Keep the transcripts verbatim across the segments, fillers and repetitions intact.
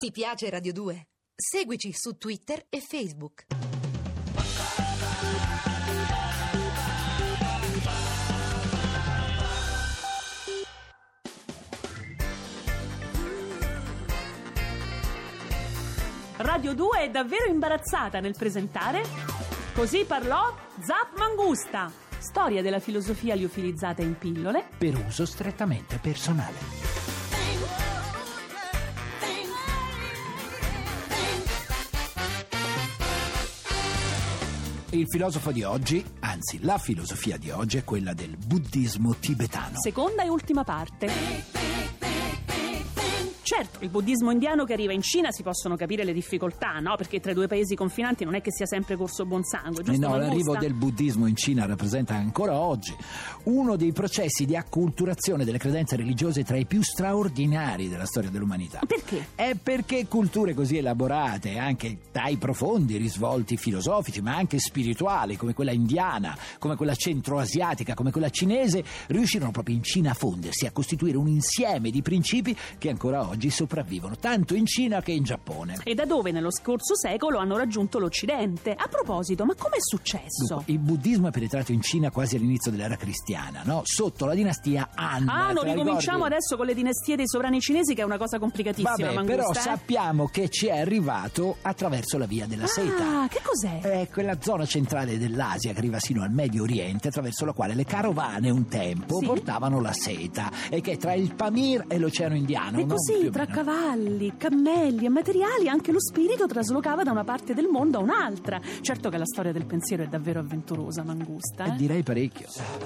Ti piace Radio due? Seguici su Twitter e Facebook. Radio due è davvero imbarazzata nel presentare Così parlò Zap Mangusta, storia della filosofia liofilizzata in pillole per uso strettamente personale. Il filosofo di oggi, anzi la filosofia di oggi, è quella del buddismo tibetano. Seconda e ultima parte. Certo, il buddismo indiano che arriva in Cina si possono capire le difficoltà, no? Perché tra i due paesi confinanti non è che sia sempre corso buon sangue, giusto? Eh no, Mangusta? l'arrivo del buddismo in Cina rappresenta ancora oggi uno dei processi di acculturazione delle credenze religiose tra i più straordinari della storia dell'umanità. Perché? È perché culture così elaborate, anche dai profondi risvolti filosofici, ma anche spirituali, come quella indiana, come quella centroasiatica, come quella cinese, riuscirono proprio in Cina a fondersi, a costituire un insieme di principi che ancora oggi sopravvivono tanto in Cina che in Giappone. E da dove nello scorso secolo hanno raggiunto l'Occidente. A proposito, ma com'è successo? Dunque, il buddismo è penetrato in Cina quasi all'inizio dell'era cristiana, no? Sotto la dinastia Han. Ah, non ricominciamo adesso con le dinastie dei sovrani cinesi, che è una cosa complicatissima. Vabbè, Mangusta, però eh? sappiamo che ci è arrivato attraverso la via della seta. Ah, che cos'è? È quella zona centrale dell'Asia che arriva sino al Medio Oriente, attraverso la quale le carovane un tempo sì? portavano la seta, e che è tra il Pamir e l'Oceano Indiano. E no? così, Più o tra meno. cammelli, cammelli e materiali, anche lo spirito traslocava da una parte del mondo a un'altra. Certo che la storia del pensiero è davvero avventurosa, Mangusta. Eh? Eh, direi parecchio.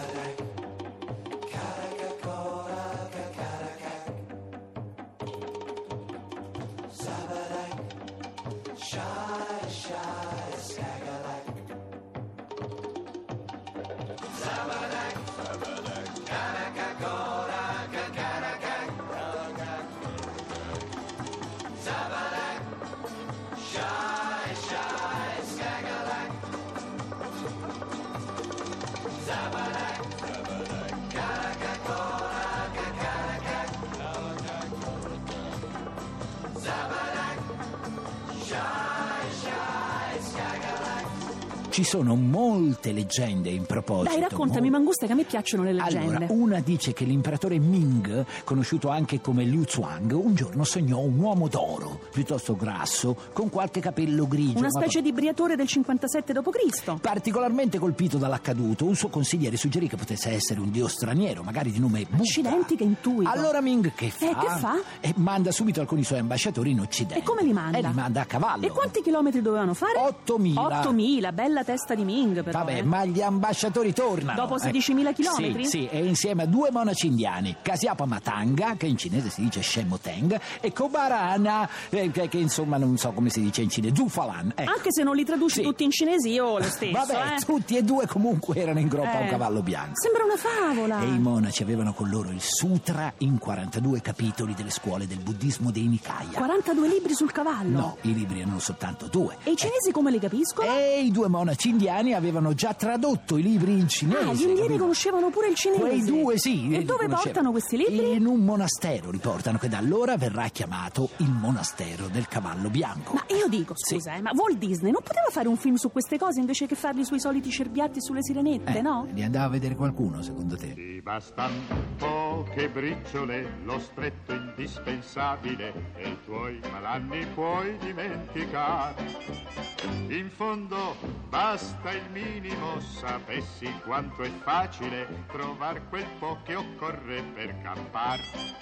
Ci sono molte leggende in proposito. Dai, raccontami, Mol- Mangusta, che a me piacciono le leggende. Allora, una dice che l'imperatore Ming, conosciuto anche come Liu Zuang, un giorno sognò un uomo d'oro, piuttosto grasso, con qualche capello grigio. Una ma- specie di briatore del cinquantasette dopo Cristo Particolarmente colpito dall'accaduto, un suo consigliere suggerì che potesse essere un dio straniero, magari di nome Buddha. Accidenti, che intuito. Allora Ming che fa? Eh, che fa? E manda subito alcuni suoi ambasciatori in Occidente. E come li manda? E li manda a cavallo. E quanti chilometri dovevano fare? ottomila. ottomila, bella testa di Ming, però. Vabbè, eh. ma gli ambasciatori tornano. Dopo sedicimila Eh, chilometri? Sì, sì, e insieme a due monaci indiani, Kasyapa Matanga, che in cinese si dice Shemoteng, e Kobarana, eh, che, che insomma non so come si dice in cinese, Zufalan. Ecco. Anche se non li traduci Sì. tutti in cinese, io lo stesso. Vabbè, eh. tutti e due comunque erano in groppa a un Eh. cavallo bianco. Sembra una favola. E i monaci avevano con loro il Sutra in quarantadue capitoli delle scuole del buddismo dei Nikaya. quarantadue libri sul cavallo? No, i libri erano soltanto due. E i cinesi come li capiscono? E i due monaci indiani avevano già tradotto i libri in cinese. Ah, gli indiani capito? conoscevano pure il cinese. Quei due sì. E li dove conoscevano. portano questi libri? In un monastero riportano, che da allora verrà chiamato il monastero del cavallo bianco. Ma io dico, Sì. scusa, eh, ma Walt Disney non poteva fare un film su queste cose invece che farli sui soliti cerbiatti sulle sirenette, Eh, no? Li andava a vedere qualcuno, secondo te? Ti bastan poche briciole, lo stretto indispensabile, e i tuoi malanni puoi dimenticare. In fondo basta il minimo, sapessi quanto è facile trovar quel po' che occorre per campar.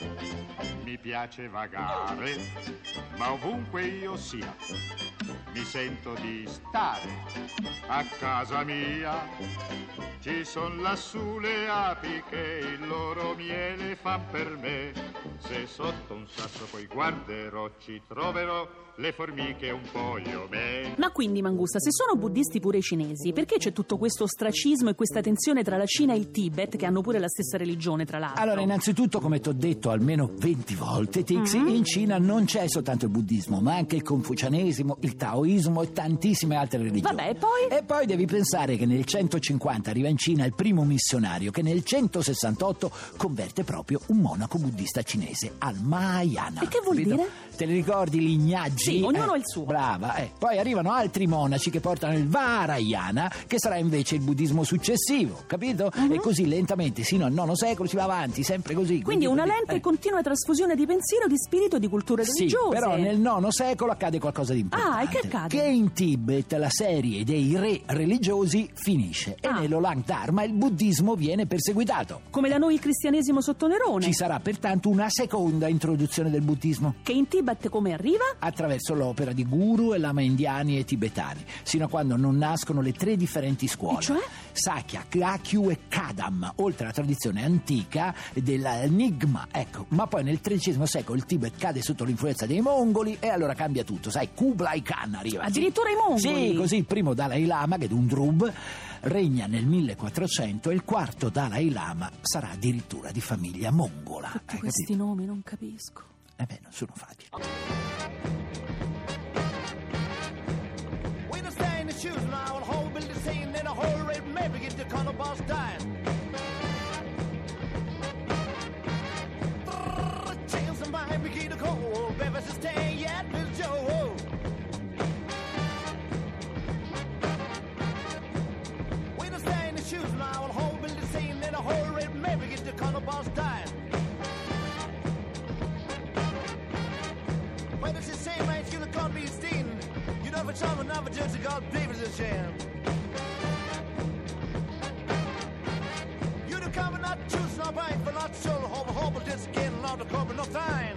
Mi piace vagare, ma ovunque io sia, mi sento di stare a casa mia. Ci son lassù le api che il loro miele fan per me. Se sotto un sasso poi guarderò, ci troverò le formiche un po' io me. Ma quindi, Mangusta, se sono buddisti pure i cinesi, perché c'è tutto questo ostracismo e questa tensione tra la Cina e il Tibet, che hanno pure la stessa religione, tra l'altro? Allora, innanzitutto, come ti ho detto almeno venti volte, Tixi, Mm-hmm. in Cina non c'è soltanto il buddismo, ma anche il confucianesimo, il taoismo e tantissime altre religioni. Vabbè, e poi? E poi devi pensare che nel centocinquanta arriva in Cina il primo missionario che nel centosessantotto converte converte proprio un monaco buddista cinese al Mahayana. E che vuol capito? dire? Te li ricordi gli Gnaggi? Sì, ognuno eh, ha il suo. Brava, eh. Poi arrivano altri monaci che portano il Vajrayana, che sarà invece il buddismo successivo, capito? Uh-huh. E così lentamente sino al nono secolo si va avanti, sempre così. Quindi una così, lenta eh. e continua trasfusione di pensiero, di spirito e di culture Sì, religiose. però nel nono secolo accade qualcosa di importante. Ah, e che accade? Che in Tibet la serie dei re religiosi finisce Ah. e nell'Olang Dharma il buddismo viene perseguitato. Come da noi il cristianesimo sotto Nerone. Ci sarà pertanto una seconda introduzione del buddismo Che in Tibet come arriva? attraverso l'opera di guru e lama indiani e tibetani, sino a quando non nascono le tre differenti scuole. E cioè? Sakya, Kagyu e Kadam, oltre alla tradizione antica dell'enigma. Ecco, ma poi nel tredicesimo secolo il Tibet cade sotto l'influenza dei mongoli e allora cambia tutto. Sai, Kublai Khan arriva. Addirittura i mongoli? Sì, così il primo Dalai Lama, che è un Drub, regna nel millequattrocento e il quarto Dalai Lama sarà addirittura di famiglia mongola. Tutti Hai questi capito? nomi non capisco. Eh beh, non sono facili. When I stay in the shoes now, I'll hold Billy saying in a whole rate, maybe get the color boss dying. Chance of mine, we get a cold, baby, to stay yet, Miss Joe. When I stay in the shoes now, I'll hold Billy saying in a whole rate, maybe get the color boss dying. When it's the same age, you can't be seen. You never tell me, never judge a God, David's a shame. You the cover not choose, not buying, but not sure, hope, hope, just getting out of cover, no time.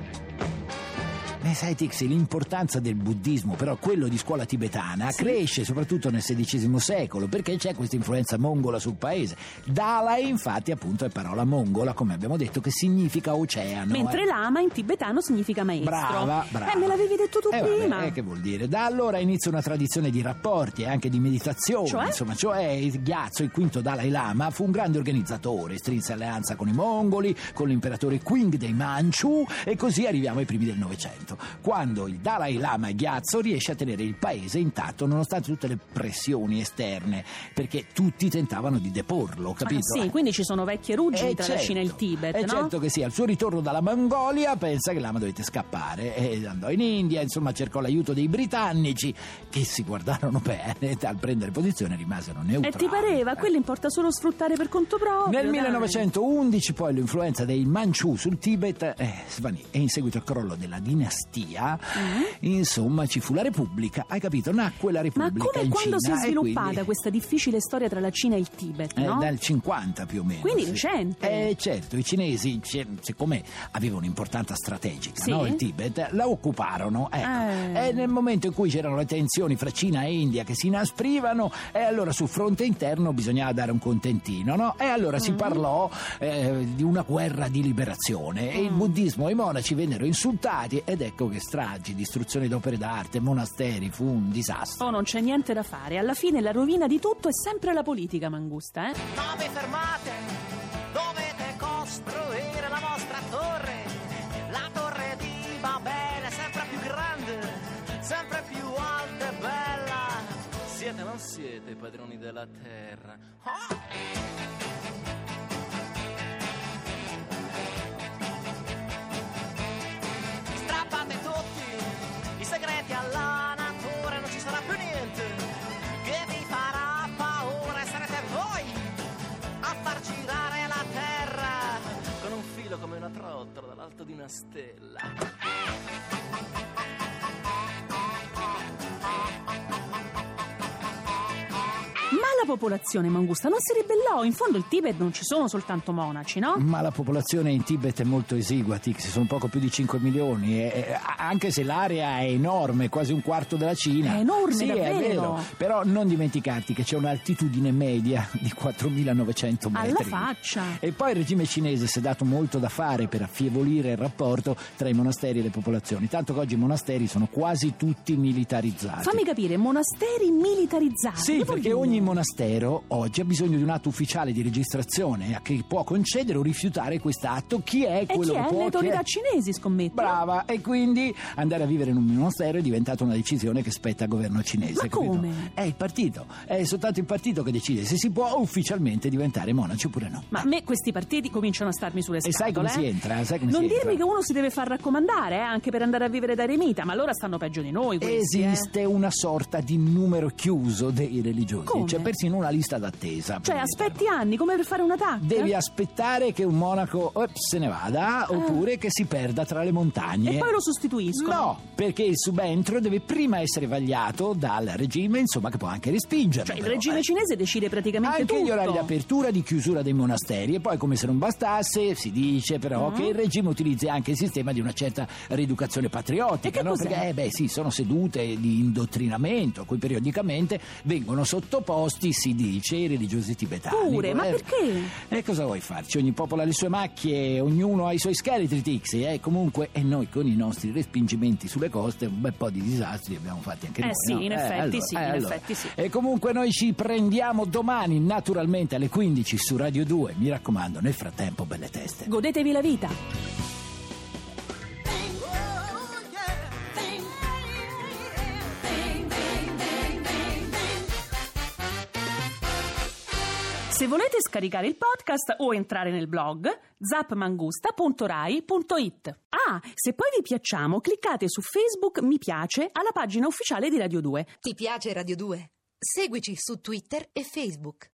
Eh, sai Tixi, l'importanza del buddismo, però quello di scuola tibetana, Sì. cresce soprattutto nel sedicesimo secolo, perché c'è questa influenza mongola sul paese. Dalai, infatti, appunto, è parola mongola, come abbiamo detto, che significa oceano. Mentre eh. lama in tibetano significa maestro. Brava, brava. Eh, me l'avevi detto tu Eh, vabbè, prima. eh, che vuol dire? Da allora inizia una tradizione di rapporti e anche di meditazione, Cioè? insomma, cioè il Gyatso, il quinto Dalai Lama, fu un grande organizzatore, strinse alleanza con i mongoli, con l'imperatore Qing dei Manchu e così arriviamo ai primi del Novecento, quando il Dalai Lama Gyatso riesce a tenere il paese intatto nonostante tutte le pressioni esterne, perché tutti tentavano di deporlo, capito? Ah, sì, quindi ci sono vecchie ruggini Eh, tra certo. la Cina e il Tibet, Eh, no? certo che sì, al suo ritorno dalla Mongolia pensa che Lama dovette scappare e andò in India, insomma cercò l'aiuto dei britannici che si guardarono bene, al prendere posizione rimasero E neutrali. ti pareva? Eh. Quello importa solo sfruttare per conto proprio. Nel dai. millenovecentoundici poi l'influenza dei Manchu sul Tibet eh, svanì e in seguito al crollo della dinastia, Mm. insomma ci fu la Repubblica, hai capito? Nacque la Ma Repubblica come e in quando si è Cina e sviluppata quindi- questa difficile storia tra la Cina e il Tibet, Eh, no? dal cinquanta più o meno. Quindi sì. recente. Eh, certo, i cinesi, c- siccome avevano un'importanza strategica, Sì? no, il Tibet, la occuparono. Ecco. Eh. E nel momento in cui c'erano le tensioni fra Cina e India che si inasprivano, e allora sul fronte interno bisognava dare un contentino, no? E allora Mm. si parlò eh, di una guerra di liberazione e il Mm. buddismo e i monaci vennero insultati ed ecco che stragi, distruzione d'opere d'arte, monasteri, fu un disastro. Oh, non c'è niente da fare. Alla fine la rovina di tutto è sempre la politica, Mangusta, eh? Non vi fermate, dovete costruire la vostra torre. La torre di Babele, sempre più grande, sempre più alta e bella. Siete o non siete padroni della terra? Oh! Strappate tutti i segreti alla natura, non ci sarà più niente che vi farà paura e sarete voi a far girare la terra con un filo come una trottola dall'alto di una stella. Ma la popolazione, Mangusta, non si ribellò. In fondo il Tibet non ci sono soltanto monaci, no? Ma la popolazione in Tibet è molto esigua, Tix, sono poco più di cinque milioni, e, e, anche se l'area è enorme, quasi un quarto della Cina. È enorme, sì, davvero. è vero, però non dimenticarti che c'è un'altitudine media di quattromilanovecento metri. Alla faccia. E poi il regime cinese si è dato molto da fare per affievolire il rapporto tra i monasteri e le popolazioni, tanto che oggi i monasteri sono quasi tutti militarizzati. Fammi capire, monasteri militarizzati. Sì, Che vuol perché dire? ogni monastero monastero oggi ha bisogno di un atto ufficiale di registrazione a che può concedere o rifiutare quest'atto. Chi è E quello chi che è? può? Le Chi autorità è? cinesi, scommetto. Brava, e quindi andare a vivere in un monastero è diventata una decisione che spetta al governo cinese. Ma capito? come? È il partito, è soltanto il partito che decide se si può ufficialmente diventare monaci oppure no. Ma a me questi partiti cominciano a starmi sulle E scatole. sai come eh? si entra? Sai come Non si dirmi entra? che uno si deve far raccomandare, eh, anche per andare a vivere da eremita, ma allora stanno peggio di noi questi, eh. Esiste una sorta di numero chiuso dei religiosi. Come? C'è persino una lista d'attesa. Cioè, per aspetti anni, come per fare un attacco. Devi aspettare che un monaco ops, se ne vada, oppure che si perda tra le montagne. E poi lo sostituiscono. No, perché il subentro deve prima essere vagliato dal regime, insomma, che può anche respingerlo. Cioè, il però, regime eh. cinese decide praticamente Anche tutto. gli orari di apertura, di chiusura dei monasteri. E poi, come se non bastasse, si dice però Mm. che il regime utilizzi anche il sistema di una certa rieducazione patriottica. E che no? cos'è? Perché, eh, beh, sì, sono sedute di indottrinamento a cui periodicamente vengono sottoposti, si dice, i religiosi tibetani. Pure, ma Eh, perché? E cosa vuoi farci? Ogni popolo ha le sue macchie, ognuno ha i suoi scheletri, Tixi, eh? Comunque, e noi con i nostri respingimenti sulle coste un bel po' di disastri li abbiamo fatti anche Eh noi, sì, no? in effetti allora, sì, eh, in allora. effetti sì. E comunque noi ci prendiamo domani, naturalmente alle quindici su Radio due. Mi raccomando, nel frattempo, belle teste. Godetevi la vita. Se volete scaricare il podcast o entrare nel blog zap mangusta punto rai punto it. Ah, se poi vi piacciamo, cliccate su Facebook mi piace alla pagina ufficiale di Radio due. Ti piace Radio due? Seguici su Twitter e Facebook.